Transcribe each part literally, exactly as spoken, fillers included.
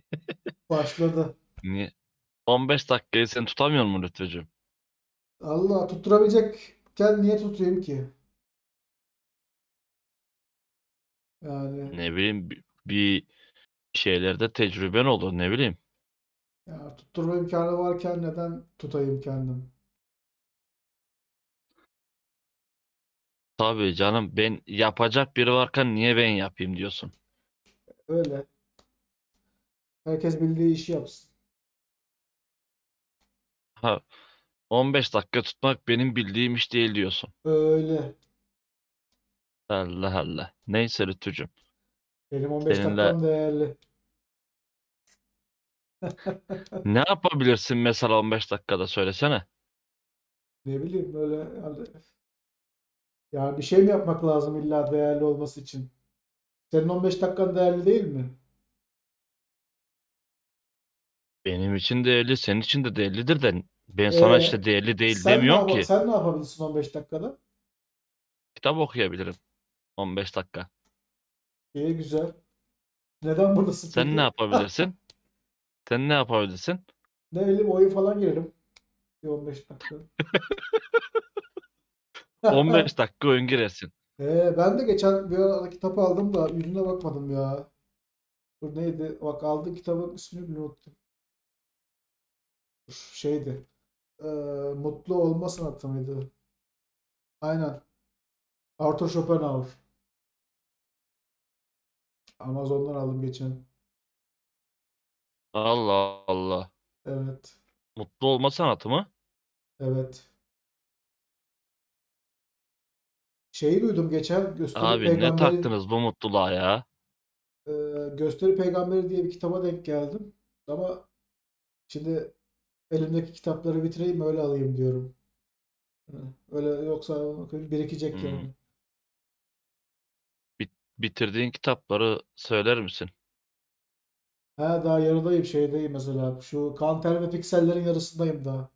Başladı. Niye? on beş dakikayı sen tutamıyor musun Lütfücüğüm? Allah tutturabilecekken niye tutayım ki? Yani Ne bileyim bir, bir şeylerde tecrüben olur ne bileyim. ya tutturma imkanı varken neden tutayım kendim? Tabii canım ben yapacak biri varken niye ben yapayım diyorsun. Öyle. Herkes bildiği işi yapsın. Ha, on beş dakika tutmak benim bildiğim iş değil diyorsun. Öyle. Allah Allah. Neyse Lütfücüğüm. Benim on beş Seninle dakikam değerli. ne yapabilirsin mesela on beş dakikada söylesene. Ne bileyim böyle yani, ya bir şey mi yapmak lazım illa değerli olması için? Senin on beş dakikan değerli değil mi? Benim için değerli, senin için de değerlidir de ben sana E işte değerli değil sen ne demiyorum yap ki. sen ne yapabilirsin on beş dakikada? Kitap okuyabilirim on beş dakika. İyi güzel. Neden buradasın Sen ne peki? yapabilirsin? Sen ne yapabilirsin? Ne bileyim oyun falan girelim. Bir on beş dakika. on beş dakika oyun girersin. Ee, ben de geçen bir ara kitap aldım da yüzüne bakmadım ya. Bu neydi? Bak aldığım kitabın ismini bile unuttum. Dur, şeydi. Ee, Mutlu Olma Sanatı mıydı? Aynen. Arthur Schopenhauer. Amazon'dan aldım geçen. Allah Allah. Evet. Mutlu olma sanatı mı? Evet. Şeyi duydum geçen Gösteri Abi ne Peygamberi taktınız bu mutluluğa ya? e, Gösteri Peygamberi diye bir kitaba denk geldim. Ama şimdi elimdeki kitapları bitireyim öyle alayım diyorum. Hı, öyle yoksa birikecek Hmm. yani. Bit- bitirdiğin kitapları söyler misin? Ha daha yarıdayım şeydeyim mesela. Şu Kanter ve Piksellerin yarısındayım daha.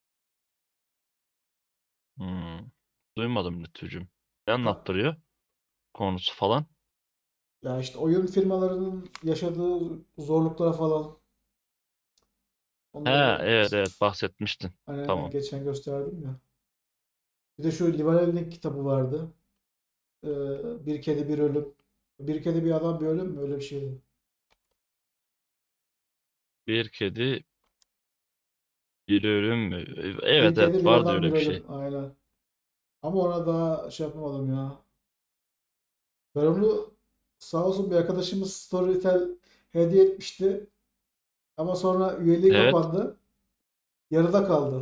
Hmm. Duymadım Lütfücüğüm. Ne Ka- anlattırıyor? Konusu falan. Ya işte oyun firmalarının yaşadığı zorluklara falan He, onları evet evet bahsetmiştin. hani Tamam. geçen gösterdim ya. Bir de şu Livaneli'nin kitabı vardı. Ee, Bir Kedi Bir Ölüm. Bir Kedi Bir Adam Bir Ölüm mü? Öyle bir şeydi. Bir kedi, bir ölüm mü? Bir Evet Kedi evet Bir vardı Adam Bir öyle bir Ölüm. şey. Aynen. Ama ona daha şey yapamadım ya. Ben onu sağ olsun bir arkadaşımız Storytel hediye etmişti. Ama sonra üyeliği Evet. kapandı. Yarıda kaldı.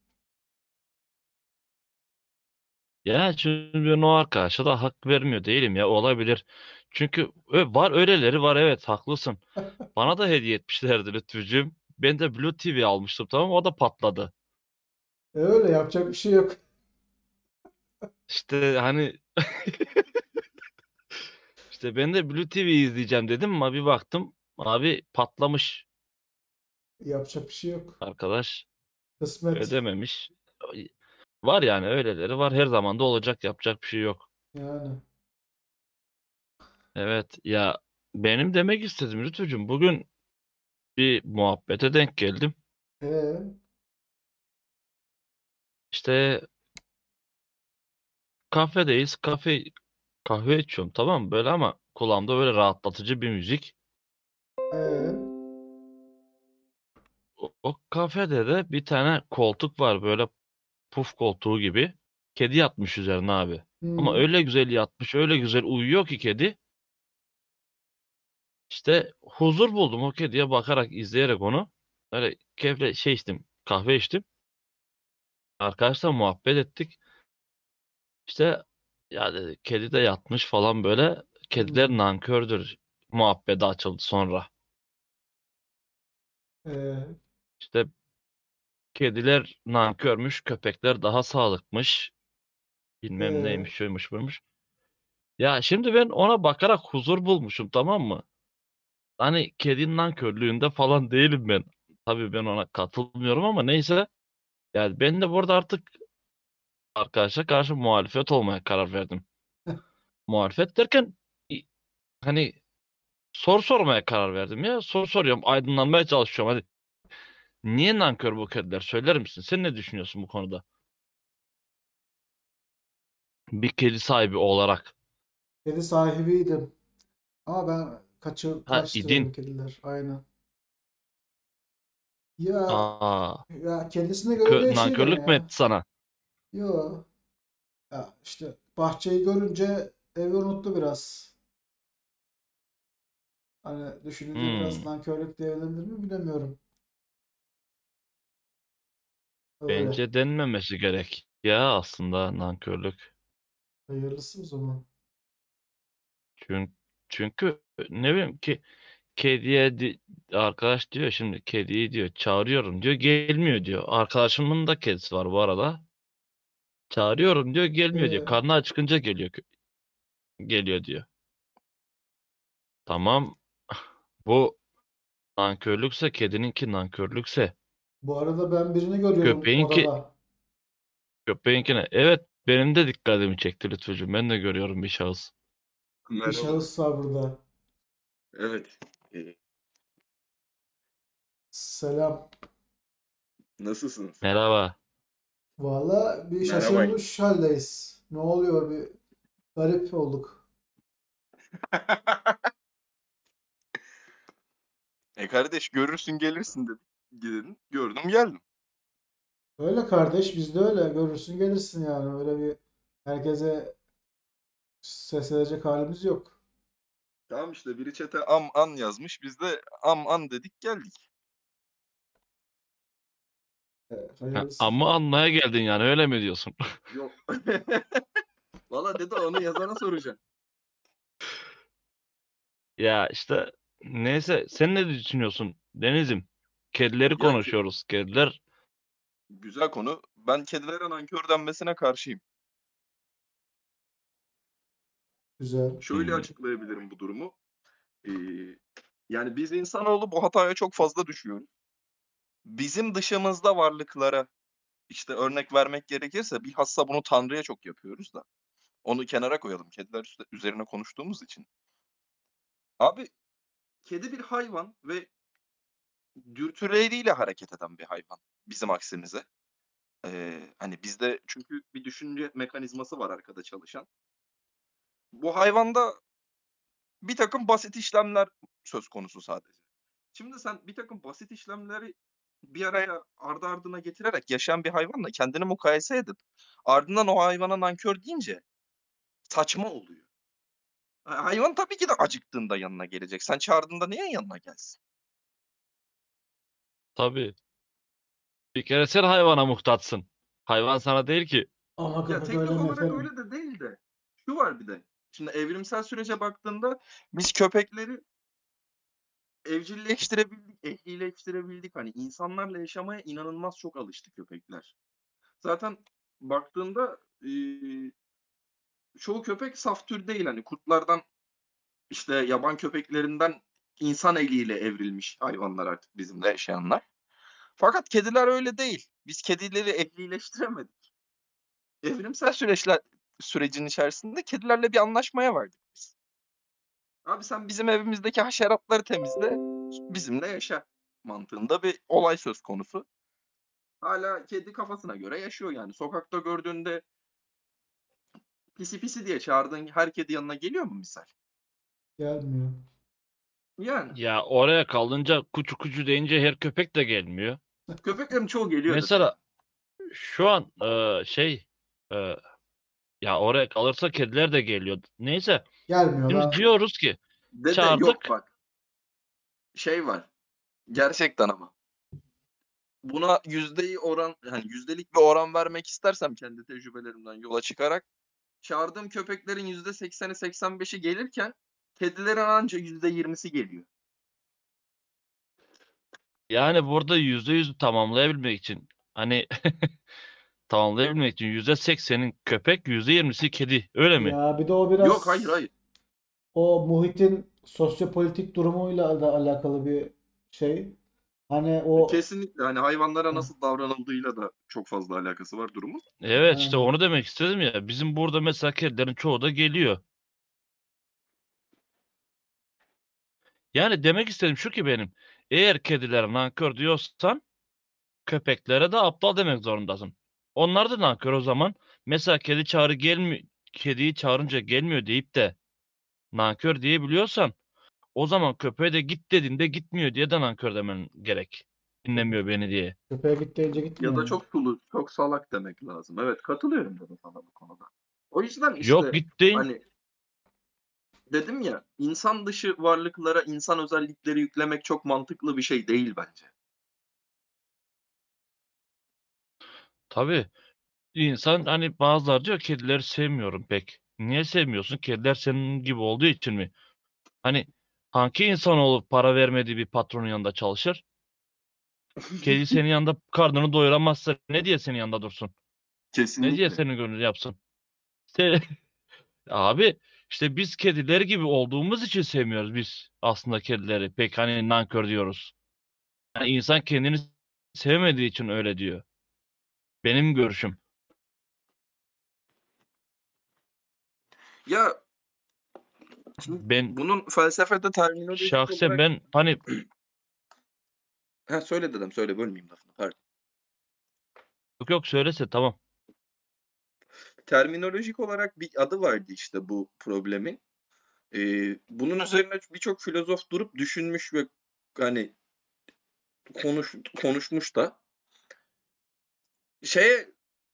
Ya şimdi ben o arkadaşa da hak vermiyor değilim ya olabilir. Çünkü ö- var öyleleri var evet haklısın. Bana da hediye etmişlerdi Lütfücüğüm. Ben de Blue T V almıştım tamam o da patladı. E öyle yapacak bir şey yok. İşte hani işte ben de Blue T V izleyeceğim dedim ama bir baktım abi patlamış Yapacak bir şey yok. arkadaş Kısmet. ödememiş. Var yani öyleleri var her zaman da olacak yapacak bir şey yok. Yani. Evet ya benim demek istedim Lütfücüğüm bugün bir muhabbete denk geldim. E, İşte kafedeyiz kafe kahve içiyorum tamam mı böyle ama kulağımda böyle rahatlatıcı bir müzik. e, O, o kafede de bir tane koltuk var böyle puf koltuğu gibi. Kedi yatmış üzerine abi. Ama hmm, öyle güzel yatmış öyle güzel uyuyor ki kedi. İşte huzur buldum o kediye bakarak izleyerek onu. Öyle keyifle şey içtim kahve içtim. Arkadaşlar muhabbet ettik. İşte ya dedi kedi de yatmış falan böyle. Kediler hmm, nankördür muhabbeti açıldı sonra. e, İşte kediler nankörmüş, köpekler daha sağlıkmış. Bilmem e, neymiş, şuymuş buymuş. Ya şimdi ben ona bakarak huzur bulmuşum tamam mı? Hani kedinin nankörlüğünde falan değilim ben. Tabii ben ona katılmıyorum ama neyse. Yani ben de burada artık arkadaşa karşı muhalefet olmaya karar verdim. Muhalefet derken i- hani soru sormaya karar verdim ya. Soru soruyorum, aydınlanmaya çalışıyorum. Hadi. Niye nankör bu kediler? Söyler misin? Sen ne düşünüyorsun bu konuda? Bir kedi sahibi olarak. Kedi sahibiydim. Ama ben kaçır, Ha, kaçtı idin. benim kediler. Aynen. Ya Aa, ya kendisine göre kö- değişir gene nankörlük mü ya. etti sana? Yo. Ya işte bahçeyi görünce evi unuttu biraz. Hani düşününce biraz Hmm. nankörlük diyebilir mi bilemiyorum. Öyle. Bence denmemesi gerek ya aslında nankörlük. Hayırlısı o zaman. Çünkü, çünkü ne bileyim ki kediye di- arkadaş diyor, şimdi kediyi diyor çağırıyorum diyor, gelmiyor diyor. Arkadaşımın da kedisi var bu arada. Çağırıyorum diyor, gelmiyor diyor. Ee, Karnı acıkınca geliyor geliyor diyor. Tamam, bu nankörlükse, kedininki nankörlükse, Bu arada ben birini görüyorum köpeğinki odada. köpeğinkine, evet, benim de dikkatimi çekti Lütfücüğüm. Ben de görüyorum bir şahıs. Bir Merhaba. şahıs var burada. Evet. Ee, Selam. nasılsınız? Merhaba. Valla bir Merhaba. şaşırmış haldeyiz. Ne oluyor, bir garip olduk. E kardeş görürsün gelirsin dedim. Gidelim. Gördüm geldim. Öyle kardeş, biz de öyle. Görürsün gelirsin yani. Öyle bir herkese ses edecek halimiz yok. Tamam işte biri çete am an yazmış. Biz de am an dedik geldik. Evet, Ha, hayırlısı. ama anmaya geldin yani, öyle mi diyorsun? Yok. Valla dedi onu yazana soracağım. Ya işte, neyse, sen ne düşünüyorsun Deniz'im? Kedileri Ya ki, konuşuyoruz. Kediler. güzel konu. Ben kedilere nankör denmesine karşıyım. Güzel. Şöyle Hmm, açıklayabilirim bu durumu. Ee, yani biz insanoğlu bu hataya çok fazla düşüyoruz. Bizim dışımızda varlıklara işte örnek vermek gerekirse bilhassa bunu Tanrı'ya çok yapıyoruz da. Onu kenara koyalım. Kediler üste üzerine konuştuğumuz için. Abi kedi bir hayvan ve dürtüleriyle hareket eden bir hayvan bizim aksimize. Eee, hani bizde çünkü bir düşünce mekanizması var arkada çalışan. Bu hayvanda bir takım basit işlemler söz konusu sadece. Şimdi sen bir takım basit işlemleri bir araya ardı ardına getirerek yaşayan bir hayvanla kendini mukayese edip ardından o hayvana nankör deyince saçma oluyor. Ha hayvan tabii ki de acıktığında yanına gelecek. Sen çağırdığında niye yanına gelsin? tabii. Bir kere sen hayvana muhtaçsın. Hayvan sana değil ki. Ama Ya köpek öyle teknik mi olarak efendim? öyle de değil de şu var bir de. Şimdi evrimsel sürece baktığında biz köpekleri evcilleştirebildik, ehlileştirebildik. Hani insanlarla yaşamaya inanılmaz çok alıştı köpekler. Zaten baktığında eee, çoğu köpek saf tür değil. Hani kurtlardan işte yaban köpeklerinden insan eliyle evrilmiş hayvanlar artık bizimle yaşayanlar. Fakat kediler öyle değil. Biz kedileri ehlileştiremedik. Evrimsel süreçler sürecin içerisinde kedilerle bir anlaşmaya vardık biz. Abi sen bizim evimizdeki haşeratları temizle, bizimle yaşa mantığında bir olay söz konusu. Hâlâ kedi kafasına göre yaşıyor yani. Sokakta gördüğünde pisi pisi diye çağırdığın her kedi yanına geliyor mu misal? Gelmiyor. Yani. Ya oraya kalınca kuçu kuçu deyince her köpek de gelmiyor. Köpeklerin çoğu geliyordur. Mesela şu an e, şey e, ya oraya kalırsa kediler de geliyor. Neyse, Gelmiyor şimdi lan. diyoruz ki Dede yok çağırdık. bak, şey var, gerçekten ama. Buna yüzdeyi oran, hani yüzdelik bir oran vermek istersem kendi tecrübelerimden yola çıkarak, çağırdığım köpeklerin yüzde sekseni seksen beşi gelirken kedilerin anca yüzde yirmisi geliyor. Yani burada yüzde yüzü tamamlayabilmek için, hani tamamlayabilmek için yüzde seksenin köpek, yüzde yirmisi kedi. Öyle mi? Ya bir de o Yok, hayır, biraz hayır. o muhitin sosyopolitik durumuyla da alakalı bir şey. Hani o Kesinlikle, hani, hayvanlara nasıl davranıldığıyla da çok fazla alakası var durumun. Evet, işte aynen. onu demek istedim ya. Bizim burada mesela kedilerin çoğu da geliyor. Yani demek istediğim şu ki benim. Eğer kedilere nankör diyorsan köpeklere de aptal demek zorundasın. Onlar da nankör o zaman. Mesela kedi çağrı gelmiyor, kediyi çağırınca gelmiyor deyip de nankör diyebiliyorsan o zaman köpeğe de git dediğinde gitmiyor diye de nankör demen gerek. Dinlemiyor beni diye. Köpeğe git deyince Ya gitmiyor da mu? çok sulu, çok salak demek lazım. Evet, katılıyorum dedim sana bu konuda. O yüzden Yok işte git deyin. hani dedim ya, insan dışı varlıklara insan özellikleri yüklemek çok mantıklı bir şey değil bence. Tabii. İnsan hani bazıları diyor kedileri sevmiyorum pek. Niye sevmiyorsun? Kediler senin gibi olduğu için mi? Hani hangi insanoğlu para vermediği bir patronun yanında çalışır? Kedi senin yanında karnını doyuramazsa ne diye senin yanında dursun? Ne diye Kesinlikle. senin gönlünü yapsın? Se- Abi işte biz kediler gibi olduğumuz için sevmiyoruz biz aslında kedileri. Pek hani nankör diyoruz. Yani insan kendini sevmediği için öyle diyor. Benim görüşüm. Ya şimdi Ben bunun felsefede terminolojik şahsen olarak ben hani ha söyle dedim, söyle bölmeyeyim lafını. Pardon. yok yok söylese tamam. Terminolojik olarak bir adı vardı işte bu problemin. Eee, bunun üzerine birçok filozof durup düşünmüş ve hani konuş konuşmuş da. Şeye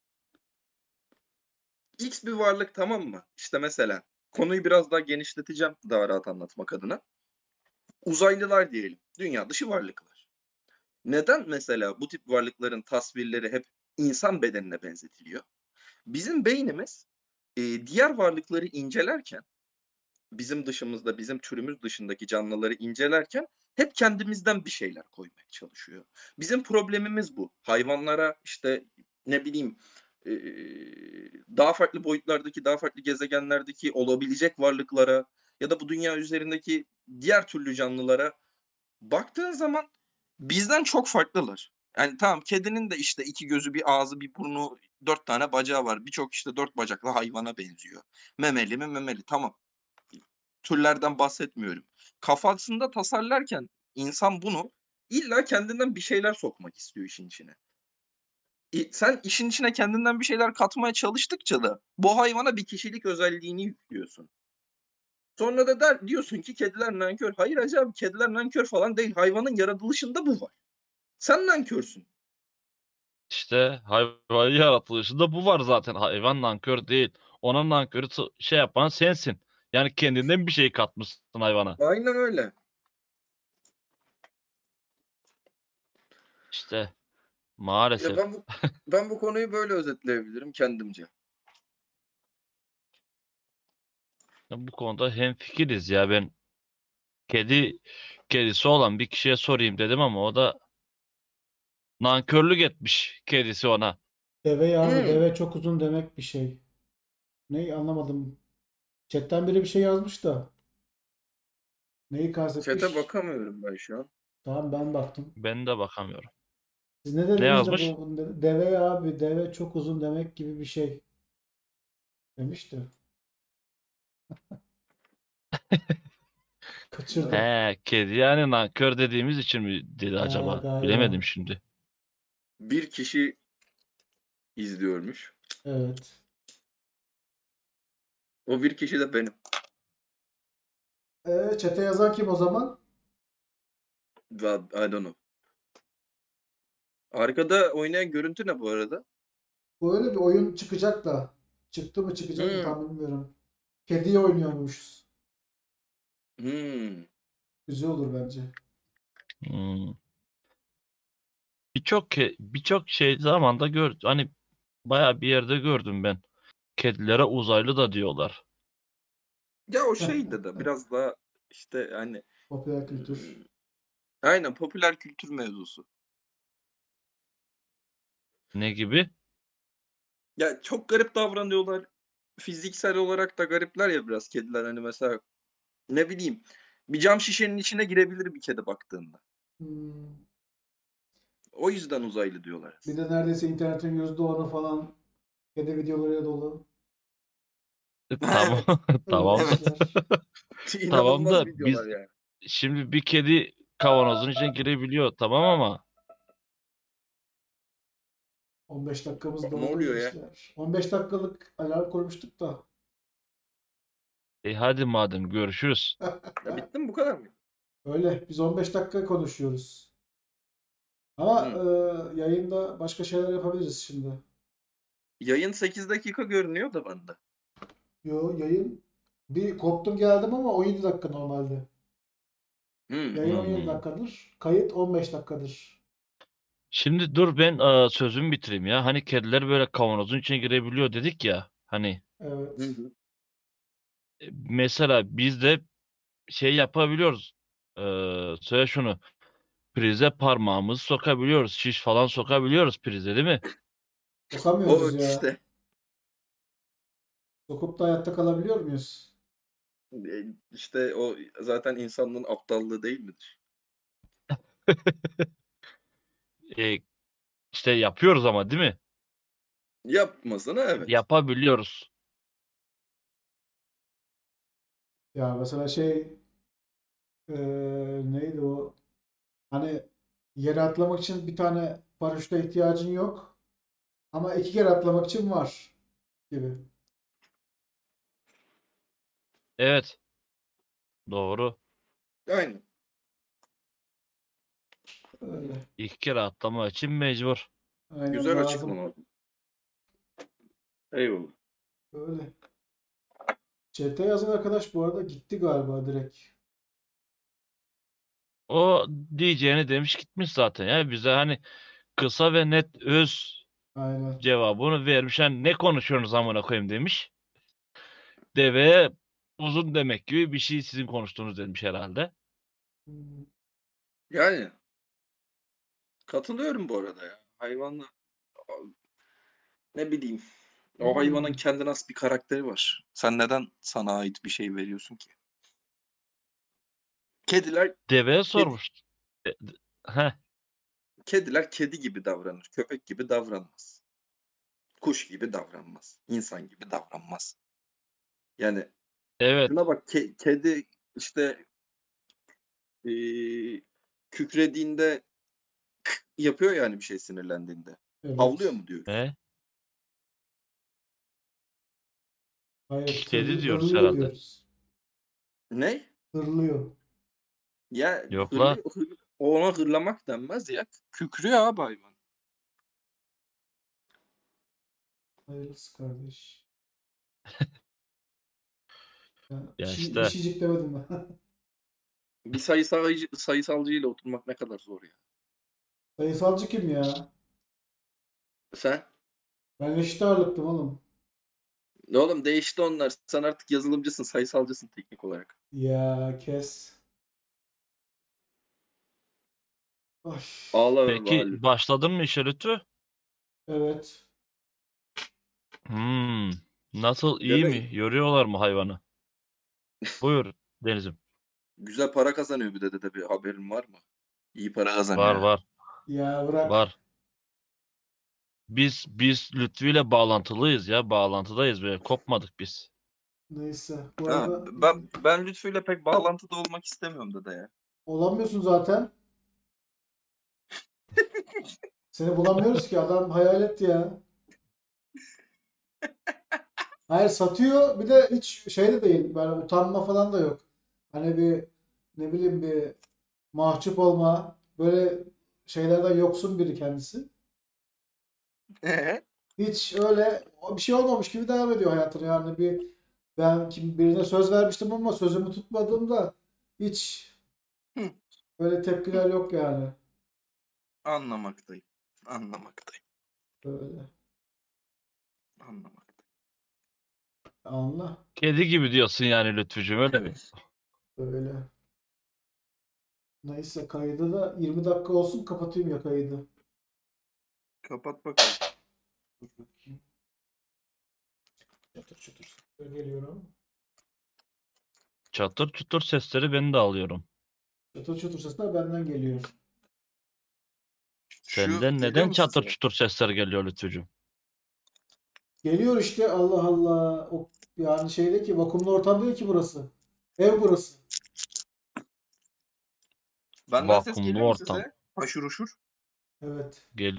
X bir varlık, tamam mı? İşte mesela konuyu biraz daha genişleteceğim daha rahat anlatmak adına. Uzaylılar diyelim. Dünya dışı varlıklar. Neden mesela bu tip varlıkların tasvirleri hep insan bedenine benzetiliyor? Bizim beynimiz, eee, diğer varlıkları incelerken, bizim dışımızda, bizim türümüz dışındaki canlıları incelerken hep kendimizden bir şeyler koymaya çalışıyor. Bizim problemimiz bu. Hayvanlara, işte, ne bileyim, eee, daha farklı boyutlardaki, daha farklı gezegenlerdeki olabilecek varlıklara ya da bu dünya üzerindeki diğer türlü canlılara baktığın zaman bizden çok farklılar. Yani tamam, kedinin de işte iki gözü, bir ağzı, bir burnu, dört tane bacağı var. Birçok işte dört bacaklı hayvana benziyor. Memeli mi? Memeli. Tamam. Türlerden bahsetmiyorum. Kafasında tasarlarken insan bunu illa kendinden bir şeyler sokmak istiyor işin içine. İ sen işin içine kendinden bir şeyler katmaya çalıştıkça da bu hayvana bir kişilik özelliğini yüklüyorsun. Sonra da der diyorsun ki kediler nankör. Hayır hacı abi, kediler nankör falan değil. Hayvanın yaratılışında bu var. Sen nankörsün. İşte hayvan yaratılışında bu var zaten. Hayvan nankör değil. Ona nankörü t- şey yapan sensin. Yani kendinden bir şey katmışsın hayvana. Aynen öyle. İşte Ya maalesef. ben bu ben bu konuyu böyle özetleyebilirim kendimce. Bu konuda hemfikiriz ya ben kedi kedisi olan bir kişiye sorayım dedim ama o da nankörlük etmiş kedisi ona. Deve ya abi, Hımm. deve çok uzun demek bir şey. Neyi anlamadım. Chatten biri bir şey yazmış da. Neyi Chat'e kastetmiş? bakamıyorum ben şu an. Tamam, ben baktım. Ben de bakamıyorum. Siz ne Ne dediniz de yazmış? bu deve ya abi, deve çok uzun demek gibi bir şey demişti. Yani Kaçırdım. He, kedi yani nankör dediğimiz için mi dedi Ha, acaba? Bilemedim galiba. şimdi. bir kişi izliyormuş. Evet. O bir kişi de benim. Ee, chat'e yazan kim o zaman? Va I don't know. Arkada oynayan görüntü ne bu arada? Böyle bir oyun çıkacak da. Çıktı mı çıkacak mı Hımm. tam bilmiyorum. Kediyi oynuyormuşuz. Hımm. Güzel olur bence. Hmm. Birçok ke- birçok şey zamanda gör hani bayağı bir yerde gördüm ben. Kedilere uzaylı da diyorlar. Ya, o şeydi de biraz daha, işte, hani, Popüler kültür. ımm, aynen popüler kültür mevzusu. Ne gibi? Ya, çok garip davranıyorlar. Fiziksel olarak da garipler ya biraz kediler. Hani, mesela, ne bileyim, bir cam şişenin içine girebilir bir kedi baktığında. Hmm. O yüzden uzaylı diyorlar Bir aslında. de neredeyse internetin yüzde onu falan kedi videolarıyla dolu. Tamam Evet, tamam da evet. Öğretmişler. tamam İnanılmaz da videolar biz yani. şimdi bir kedi kavanozun içine girebiliyor tamam ama on beş dakikamız Ne doldu oluyor ya? gençler. on beş dakikalık alarm kurmuştuk da. e hadi madem görüşürüz. Ya bitti mi, bu kadar mı? Öyle. Biz on beş dakika konuşuyoruz. Ama Hı. e, yayında başka şeyler yapabiliriz şimdi. Yayın sekiz dakika görünüyor da bende. Yo, yayın bir koptum geldim ama on yedi dakika normalde. Hı. Yayın on yedi Hmm. dakikadır. Kayıt on beş dakikadır. Şimdi dur ben e, sözümü bitireyim ya. Hani kediler böyle kavanozun içine girebiliyor dedik ya. Hani Hı Evet. hı. e, mesela biz de şey yapabiliyoruz. E, söyle şunu. Prize parmağımızı sokabiliyoruz. Şiş falan sokabiliyoruz prize değil mi? O Sokamıyoruz ya. işte Sokup da hayatta kalabiliyor muyuz? e, işte o zaten insanlığın aptallığı değil midir? E, işte yapıyoruz ama değil mi? Yapmasına evet. Yapabiliyoruz. Ya mesela şey e, neydi o? Hani yere atlamak için bir tane paraşüte ihtiyacın yok. Ama iki kere atlamak için var gibi. Evet. Doğru. Aynen. Öyle. İki kere atlama için mecbur. Aynen Güzel lazım. açıklama. Eyvallah. Öyle. Chat'e yazan arkadaş bu arada gitti galiba direkt. O diyeceğini demiş gitmiş zaten. Yani bize hani kısa ve net öz Aynen. cevabını vermiş. Hani ne konuşuyorsunuz amına koyayım demiş. Deveye uzun demek gibi bir şey sizin konuştuğunuz demiş herhalde. Hmm. Yani katılıyorum bu arada ya. Hayvanla ne bileyim. O hayvanın Hmm. kendine has bir karakteri var. Sen neden sana ait bir şey veriyorsun ki? Kediler Deveye kedi, sormuş. E, d- Heh, kediler kedi gibi davranır. Köpek gibi davranmaz. Kuş gibi davranmaz. İnsan gibi davranmaz. Yani evet. şuna bak, ke- kedi işte eee, kükrediğinde yapıyor yani bir şey sinirlendiğinde. Havlıyor Evet. mu diyor. E, Hayır, kedi tırlı- diyoruz hırlıyor herhalde. diyoruz. Ne? Hırlıyor. Ya Yok la. hırlıyor, hır- ona hırlamak denmez ya. Kükrüyor abi hayvan. Hayırlısı kardeş. Ya, bir Ya şey, bir işte şeycik demedim ben. Bir sayısalcı, sayısalcıyla oturmak ne kadar zor ya. Sayısalcı kim ya? Sen? Ben eşit ağırlıktım oğlum. Ne oğlum, değişti onlar. Sen artık yazılımcısın, sayısalcısın teknik olarak. Ya kes. Ay, Ağla ve peki vali. başladın mı işe Lütfü? evet. Hmm. Nasıl iyi Demek mi? Yoruyorlar mı hayvanı? Buyur Deniz'im. güzel para kazanıyor bir de dede, bir haberin var mı? İyi para Var kazanıyor ha. var Ya bırak. var. Biz biz Lütfü ile bağlantılıyız ya. Bağlantıdayız böyle. Kopmadık biz. Neyse. Bu Ha, arada ben ben Lütfü'yle pek bağlantıda olmak istemiyorum dede ya. olamıyorsun zaten. Seni bulamıyoruz ki. Adam hayalet ya. Hayır satıyor. Bir de hiç şey de değil. Böyle utanma falan da yok. Hani bir ne bileyim bir mahcup olma. Böyle şeylerden yoksun biri kendisi. Ee? Hiç öyle bir şey olmamış gibi devam ediyor hayatına. Yani bir ben kim birine söz vermiştim ama sözümü tutmadığımda hiç Hı, böyle hı. tepkiler yok yani. Anlamaktayım. Anlamaktayım. Böyle. Anlamaktayım. Anla. Kedi gibi diyorsun yani Lütfücüğüm öyle mi? Böyle. Neyse kaydı da yirmi dakika olsun kapatayım ya kaydı. Kapat bakalım. Dur bakayım. Çatır çatır geliyorum. Çatır çutur sesleri ben de alıyorum. Çatır çatır sesler benden geliyor. Şu Senden geliyor neden musun çatır sana? çutur sesler geliyor Lütfücüğüm? Geliyor işte Allah Allah. O, yani şeyde ki vakumlu ortam değil ki burası. Ev burası. Benden ses Vakumlu geliyor mu ortam. size? Haşır uşur. Evet. Gel